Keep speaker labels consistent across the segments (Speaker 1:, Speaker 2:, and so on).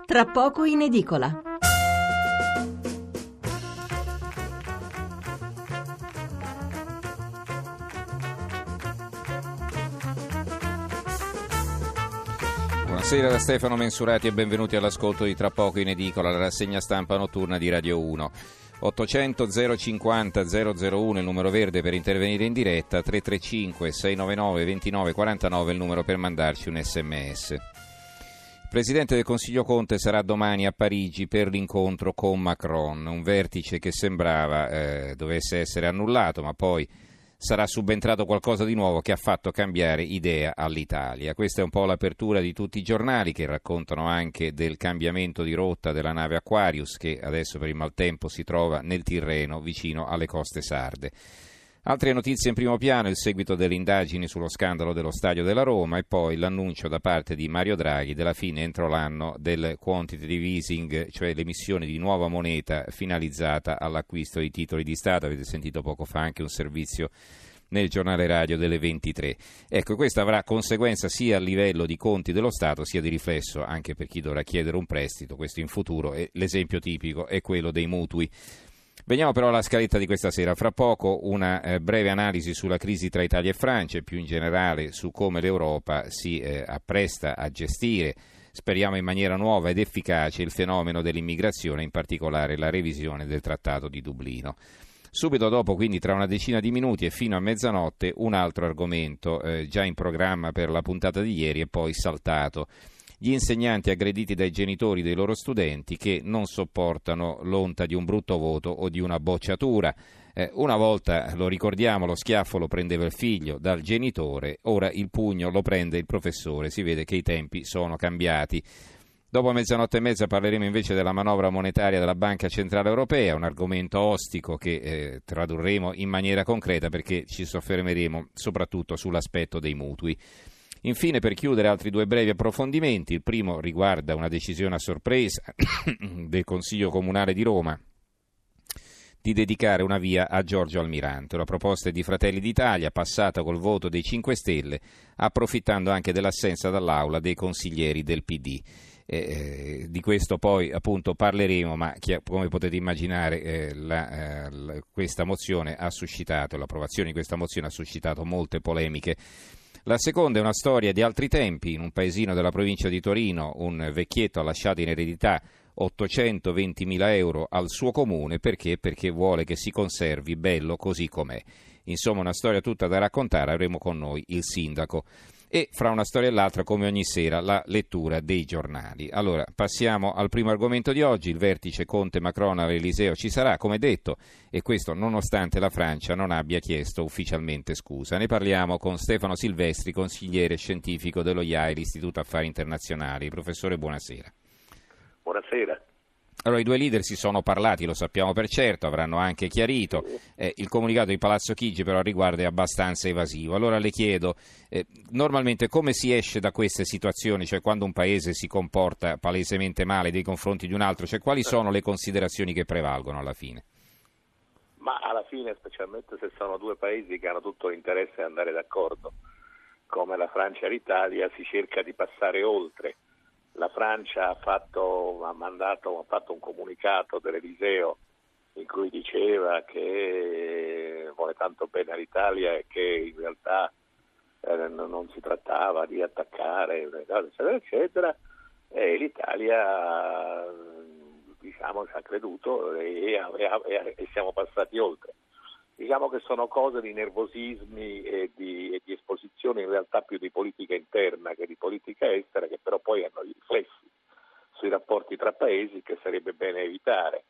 Speaker 1: tra poco in edicola.
Speaker 2: Buonasera da Stefano Mensurati e benvenuti all'ascolto di Tra poco in edicola, la rassegna stampa notturna di Radio 1. 800 050 001 il numero verde per intervenire in diretta, 335 699 29 49 il numero per mandarci un sms. Il Presidente del Consiglio Conte sarà domani a Parigi per l'incontro con Macron, un vertice che sembrava dovesse essere annullato, ma poi sarà subentrato qualcosa di nuovo che ha fatto cambiare idea all'Italia. Questa è un po' l'apertura di tutti i giornali, che raccontano anche del cambiamento di rotta della nave Aquarius, che adesso per il maltempo si trova nel Tirreno vicino alle coste sarde. Altre notizie in primo piano: il seguito delle indagini sullo scandalo dello Stadio della Roma e poi l'annuncio da parte di Mario Draghi della fine entro l'anno del quantitative easing, cioè l'emissione di nuova moneta finalizzata all'acquisto di titoli di Stato. Avete sentito poco fa anche un servizio nel giornale radio delle 23. Ecco, questo avrà conseguenza sia a livello di conti dello Stato sia di riflesso anche per chi dovrà chiedere un prestito, questo in futuro, e l'esempio tipico è quello dei mutui. Veniamo però alla scaletta di questa sera. Fra poco una breve analisi sulla crisi tra Italia e Francia e più in generale su come l'Europa si appresta a gestire, speriamo in maniera nuova ed efficace, il fenomeno dell'immigrazione, in particolare la revisione del Trattato di Dublino. Subito dopo, quindi tra una decina di minuti e fino a mezzanotte, un altro argomento già in programma per la puntata di ieri e poi saltato. Gli insegnanti aggrediti dai genitori dei loro studenti che non sopportano l'onta di un brutto voto o di una bocciatura. Una volta, lo ricordiamo, lo schiaffo lo prendeva il figlio dal genitore, ora il pugno lo prende il professore. Si vede che i tempi sono cambiati. Dopo mezzanotte e mezza parleremo invece della manovra monetaria della Banca Centrale Europea, un argomento ostico che tradurremo in maniera concreta perché ci soffermeremo soprattutto sull'aspetto dei mutui. Infine, per chiudere, altri due brevi approfondimenti. Il primo riguarda una decisione a sorpresa del Consiglio Comunale di Roma di dedicare una via a Giorgio Almirante. La proposta è di Fratelli d'Italia, passata col voto dei 5 Stelle, approfittando anche dell'assenza dall'Aula dei consiglieri del PD. Di questo poi appunto parleremo, ma come potete immaginare questa mozione ha suscitato, l'approvazione di questa mozione ha suscitato molte polemiche. La seconda è una storia di altri tempi. In un paesino della provincia di Torino un vecchietto ha lasciato in eredità 820.000 euro al suo comune perché vuole che si conservi bello così com'è. Insomma, una storia tutta da raccontare. Avremo con noi il sindaco. E fra una storia e l'altra, come ogni sera, la lettura dei giornali. Allora, passiamo al primo argomento di oggi. Il vertice Conte-Macron all'Eliseo ci sarà, come detto, e questo nonostante la Francia non abbia chiesto ufficialmente scusa. Ne parliamo con Stefano Silvestri, consigliere scientifico dello IAE, l'Istituto Affari Internazionali. Professore, buonasera.
Speaker 3: Buonasera.
Speaker 2: Allora, i due leader si sono parlati, lo sappiamo per certo, avranno anche chiarito. Il comunicato di Palazzo Chigi però al riguardo è abbastanza evasivo. Allora le chiedo, normalmente come si esce da queste situazioni, cioè quando un paese si comporta palesemente male nei confronti di un altro, cioè quali sono le considerazioni che prevalgono alla fine?
Speaker 3: Ma alla fine, specialmente se sono due paesi che hanno tutto l'interesse ad andare d'accordo, come la Francia e l'Italia, si cerca di passare oltre. La Francia ha fatto un comunicato dell'Eliseo in cui diceva che vuole tanto bene all'Italia e che in realtà non si trattava di attaccare, eccetera, eccetera, e l'Italia ci ha creduto e siamo passati oltre. Diciamo che sono cose di nervosismi e di esposizione in realtà più di politica interna che di politica estera, che però poi hanno riflessi sui rapporti tra paesi che sarebbe bene evitare.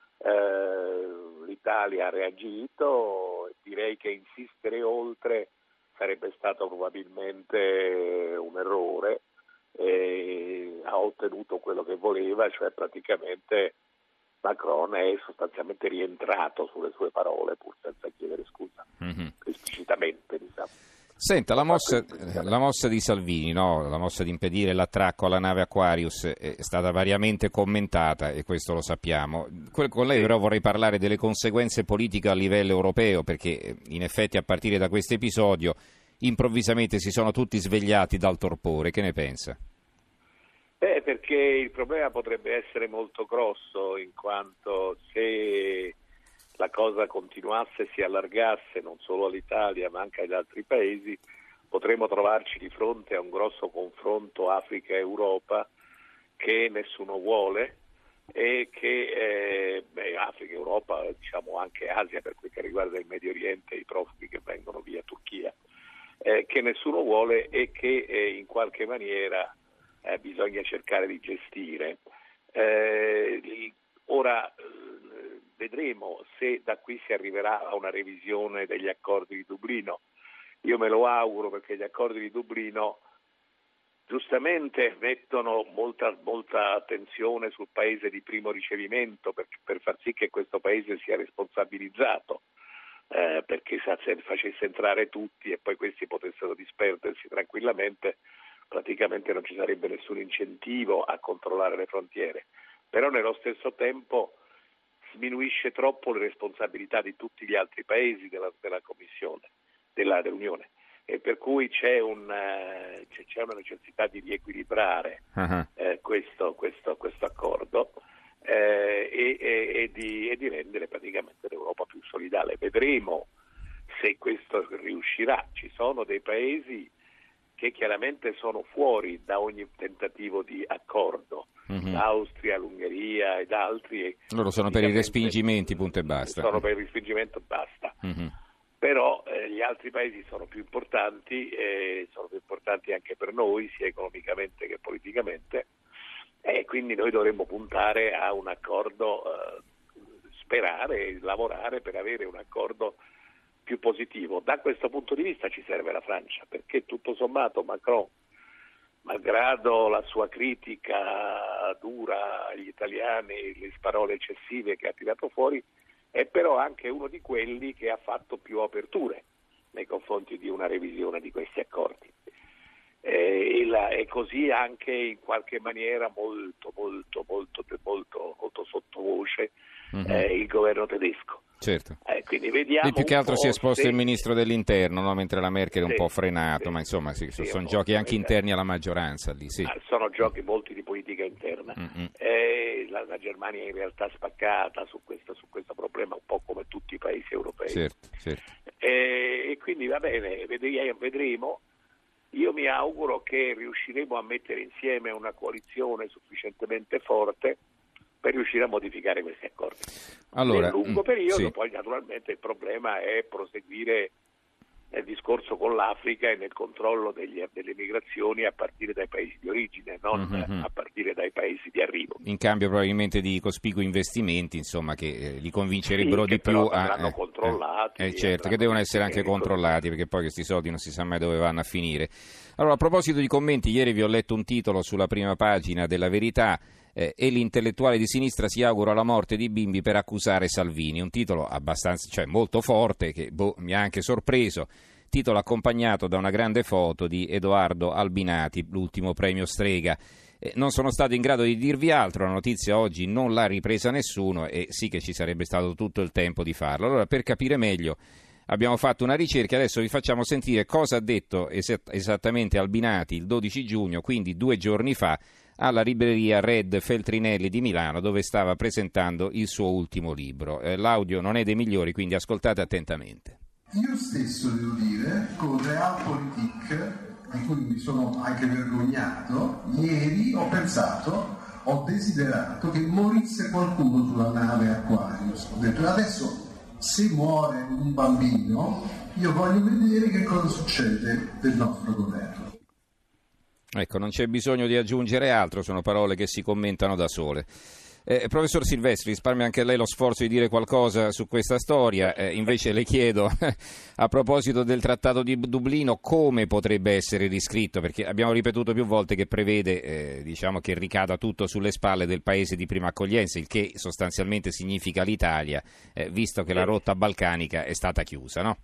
Speaker 3: L'Italia ha reagito, direi che insistere oltre sarebbe stato probabilmente un errore, e ha ottenuto quello che voleva, cioè praticamente Macron è sostanzialmente rientrato sulle sue parole pur senza chiedere scusa, esplicitamente, diciamo.
Speaker 2: Senta, la mossa di Salvini, no? La mossa di impedire l'attracco alla nave Aquarius è stata variamente commentata e questo lo sappiamo. Con lei però vorrei parlare delle conseguenze politiche a livello europeo, perché in effetti a partire da questo episodio improvvisamente si sono tutti svegliati dal torpore. Che ne pensa?
Speaker 3: perché il problema potrebbe essere molto grosso, in quanto se la cosa continuasse e si allargasse non solo all'Italia ma anche agli altri paesi, potremmo trovarci di fronte a un grosso confronto Africa-Europa che nessuno vuole e che Africa, Europa, diciamo anche Asia per quel che riguarda il Medio Oriente, i profughi che vengono via Turchia, che nessuno vuole e che in qualche maniera bisogna cercare di gestire. Ora vedremo se da qui si arriverà a una revisione degli accordi di Dublino. Io me lo auguro, perché gli accordi di Dublino giustamente mettono molta attenzione sul paese di primo ricevimento per far sì che questo paese sia responsabilizzato, perché se facesse entrare tutti e poi questi potessero disperdersi tranquillamente, praticamente non ci sarebbe nessun incentivo a controllare le frontiere. Però nello stesso tempo sminuisce troppo le responsabilità di tutti gli altri paesi della Commissione, dell'Unione, e per cui c'è una necessità di riequilibrare questo accordo e di rendere praticamente l'Europa più solidale. Vedremo se questo riuscirà. Ci sono dei paesi che chiaramente sono fuori da ogni tentativo di accordo, l'Austria, l'Ungheria ed altri.
Speaker 2: Loro sono per i respingimenti, punto e basta.
Speaker 3: Sono per il respingimento e basta. Però gli altri paesi sono più importanti anche per noi, sia economicamente che politicamente, e quindi noi dovremmo puntare a un accordo, sperare, lavorare per avere un accordo più positivo. Da questo punto di vista ci serve la Francia, perché tutto sommato Macron, malgrado la sua critica dura agli italiani, le parole eccessive che ha tirato fuori, è però anche uno di quelli che ha fatto più aperture nei confronti di una revisione di questi accordi. E così anche in qualche maniera molto sottovoce il governo tedesco.
Speaker 2: Certo.
Speaker 3: Quindi vediamo.
Speaker 2: Lì più che altro si è esposto il ministro dell'interno, no? Mentre la Merkel è un po' frenato, ma insomma sono giochi anche interni alla maggioranza lì, sì.
Speaker 3: Sono giochi molti di politica interna. La Germania è in realtà spaccata su questo problema, un po' come tutti i paesi europei.
Speaker 2: Certo.
Speaker 3: E quindi va bene, vedremo. Io mi auguro che riusciremo a mettere insieme una coalizione sufficientemente forte per riuscire a modificare questi accordi.
Speaker 2: Allora,
Speaker 3: nel lungo periodo,
Speaker 2: sì.
Speaker 3: Poi naturalmente il problema è proseguire nel discorso con l'Africa e nel controllo delle migrazioni a partire dai paesi di origine, non a partire dai paesi di arrivo.
Speaker 2: In cambio probabilmente di cospicui investimenti, insomma, che li convincerebbero di più
Speaker 3: a controllati.
Speaker 2: Certo, che devono essere anche controllati, perché poi questi soldi non si sa mai dove vanno a finire. Allora, a proposito di commenti, ieri vi ho letto un titolo sulla prima pagina della Verità, e l'intellettuale di sinistra si augura la morte di Bimbi per accusare Salvini, un titolo abbastanza, molto forte, che mi ha anche sorpreso, titolo accompagnato da una grande foto di Edoardo Albinati, l'ultimo premio Strega. Non sono stato in grado di dirvi altro, la notizia oggi non l'ha ripresa nessuno e sì che ci sarebbe stato tutto il tempo di farlo. Allora, per capire meglio, abbiamo fatto una ricerca, adesso vi facciamo sentire cosa ha detto esattamente Albinati il 12 giugno, quindi 2 giorni fa, alla libreria Red Feltrinelli di Milano, dove stava presentando il suo ultimo libro. L'audio non è dei migliori, quindi ascoltate attentamente.
Speaker 1: Io stesso, devo dire, con Realpolitik, di cui mi sono anche vergognato, ieri ho desiderato che morisse qualcuno sulla nave Aquarius. Ho detto, adesso se muore un bambino, io voglio vedere che cosa succede del nostro governo.
Speaker 2: Ecco, non c'è bisogno di aggiungere altro, sono parole che si commentano da sole. Professor Silvestri, risparmia anche lei lo sforzo di dire qualcosa su questa storia, invece le chiedo, a proposito del Trattato di Dublino, come potrebbe essere riscritto, perché abbiamo ripetuto più volte che prevede che ricada tutto sulle spalle del paese di prima accoglienza, il che sostanzialmente significa l'Italia, visto che la rotta balcanica è stata chiusa, no?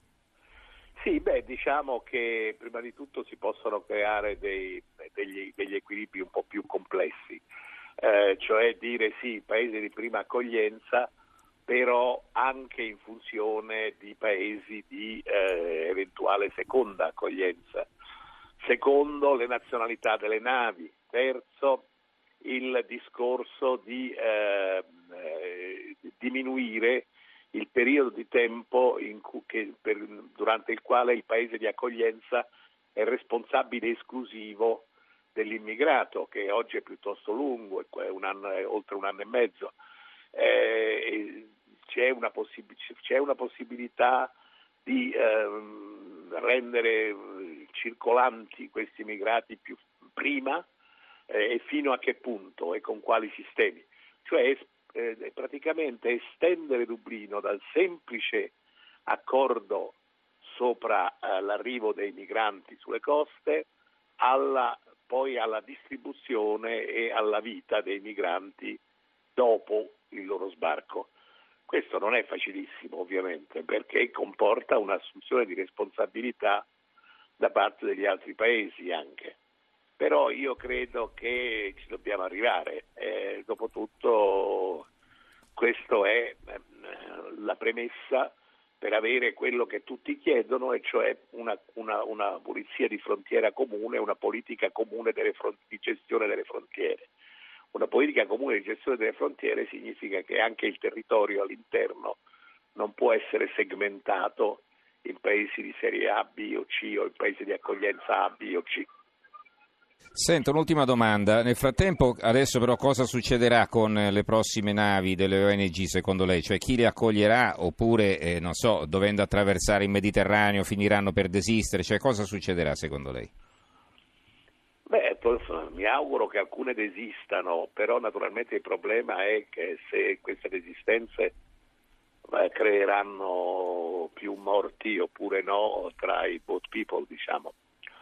Speaker 3: Sì, diciamo che prima di tutto si possono creare degli equilibri un po' più complessi, cioè dire sì, paese di prima accoglienza, però anche in funzione di paesi di eventuale seconda accoglienza. Secondo, le nazionalità delle navi. Terzo, il discorso di diminuire il periodo di tempo durante il quale il paese di accoglienza è responsabile esclusivo dell'immigrato, che oggi è piuttosto lungo, è oltre 1 anno e mezzo. C'è una possibilità di rendere circolanti questi immigrati più prima, e fino a che punto e con quali sistemi? Cioè praticamente estendere Dublino dal semplice accordo sopra l'arrivo dei migranti sulle coste poi alla distribuzione e alla vita dei migranti dopo il loro sbarco. Questo non è facilissimo, ovviamente, perché comporta un'assunzione di responsabilità da parte degli altri paesi anche. Però io credo che ci dobbiamo arrivare. Dopotutto questa è la premessa per avere quello che tutti chiedono, e cioè una polizia di frontiera comune, una politica comune di gestione delle frontiere. Una politica comune di gestione delle frontiere significa che anche il territorio all'interno non può essere segmentato in paesi di serie A, B o C, o in paesi di accoglienza A, B o C.
Speaker 2: Sento un'ultima domanda. Nel frattempo, adesso però, cosa succederà con le prossime navi delle ONG secondo lei? Cioè, chi le accoglierà, oppure, non so, dovendo attraversare il Mediterraneo finiranno per desistere? Cioè, cosa succederà secondo lei?
Speaker 3: Mi auguro che alcune desistano, però naturalmente il problema è che se queste desistenze creeranno più morti oppure no tra i boat people, diciamo.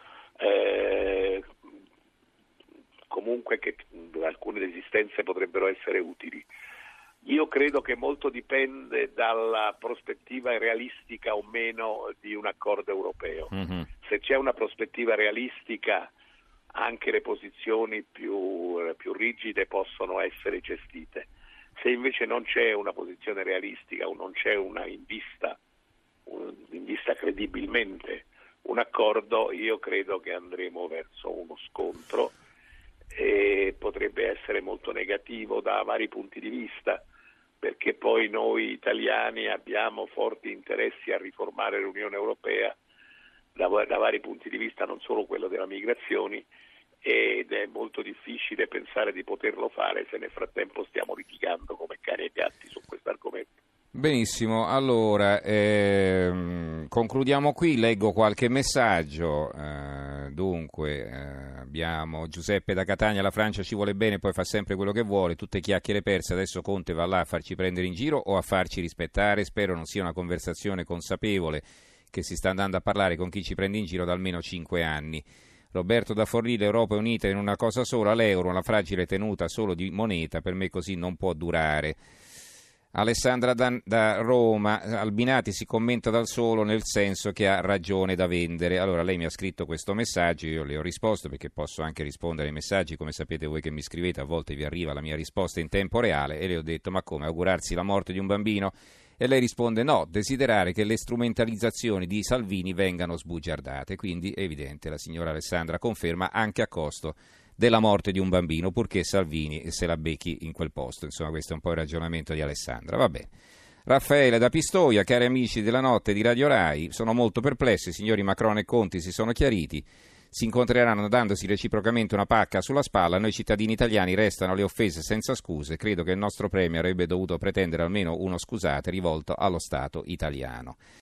Speaker 3: Comunque che alcune desistenze potrebbero essere utili. Io credo che molto dipende dalla prospettiva realistica o meno di un accordo europeo. Mm-hmm. Se c'è una prospettiva realistica, anche le posizioni più rigide possono essere gestite. Se invece non c'è una posizione realistica o non c'è in vista credibilmente un accordo, io credo che andremo verso uno scontro, e potrebbe essere molto negativo da vari punti di vista, perché poi noi italiani abbiamo forti interessi a riformare l'Unione Europea da vari punti di vista, non solo quello della migrazione, ed è molto difficile pensare di poterlo fare se nel frattempo stiamo litigando come cani e gatti su questo argomento.
Speaker 2: Benissimo, allora concludiamo qui, leggo qualche messaggio. Abbiamo Giuseppe da Catania: la Francia ci vuole bene, poi fa sempre quello che vuole, tutte chiacchiere perse, adesso Conte va là a farci prendere in giro o a farci rispettare? Spero non sia una conversazione consapevole che si sta andando a parlare con chi ci prende in giro da almeno 5 anni. Roberto da Forlì: l'Europa è unita in una cosa sola, l'euro, una fragile tenuta solo di moneta, per me così non può durare. Alessandra da Roma: Albinati si commenta dal solo, nel senso che ha ragione da vendere. Allora, lei mi ha scritto questo messaggio, io le ho risposto, perché posso anche rispondere ai messaggi, come sapete voi che mi scrivete, a volte vi arriva la mia risposta in tempo reale, e le ho detto: ma come, augurarsi la morte di un bambino? E lei risponde: no, desiderare che le strumentalizzazioni di Salvini vengano sbugiardate. Quindi è evidente, la signora Alessandra conferma, anche a costo della morte di un bambino, purché Salvini se la becchi in quel posto. Insomma, questo è un po' il ragionamento di Alessandra. Va bene. Raffaele da Pistoia: cari amici della notte di Radio Rai, sono molto perplesso, i signori Macron e Conti si sono chiariti, si incontreranno dandosi reciprocamente una pacca sulla spalla, noi cittadini italiani restano le offese senza scuse, credo che il nostro premio avrebbe dovuto pretendere almeno uno scusate rivolto allo Stato italiano.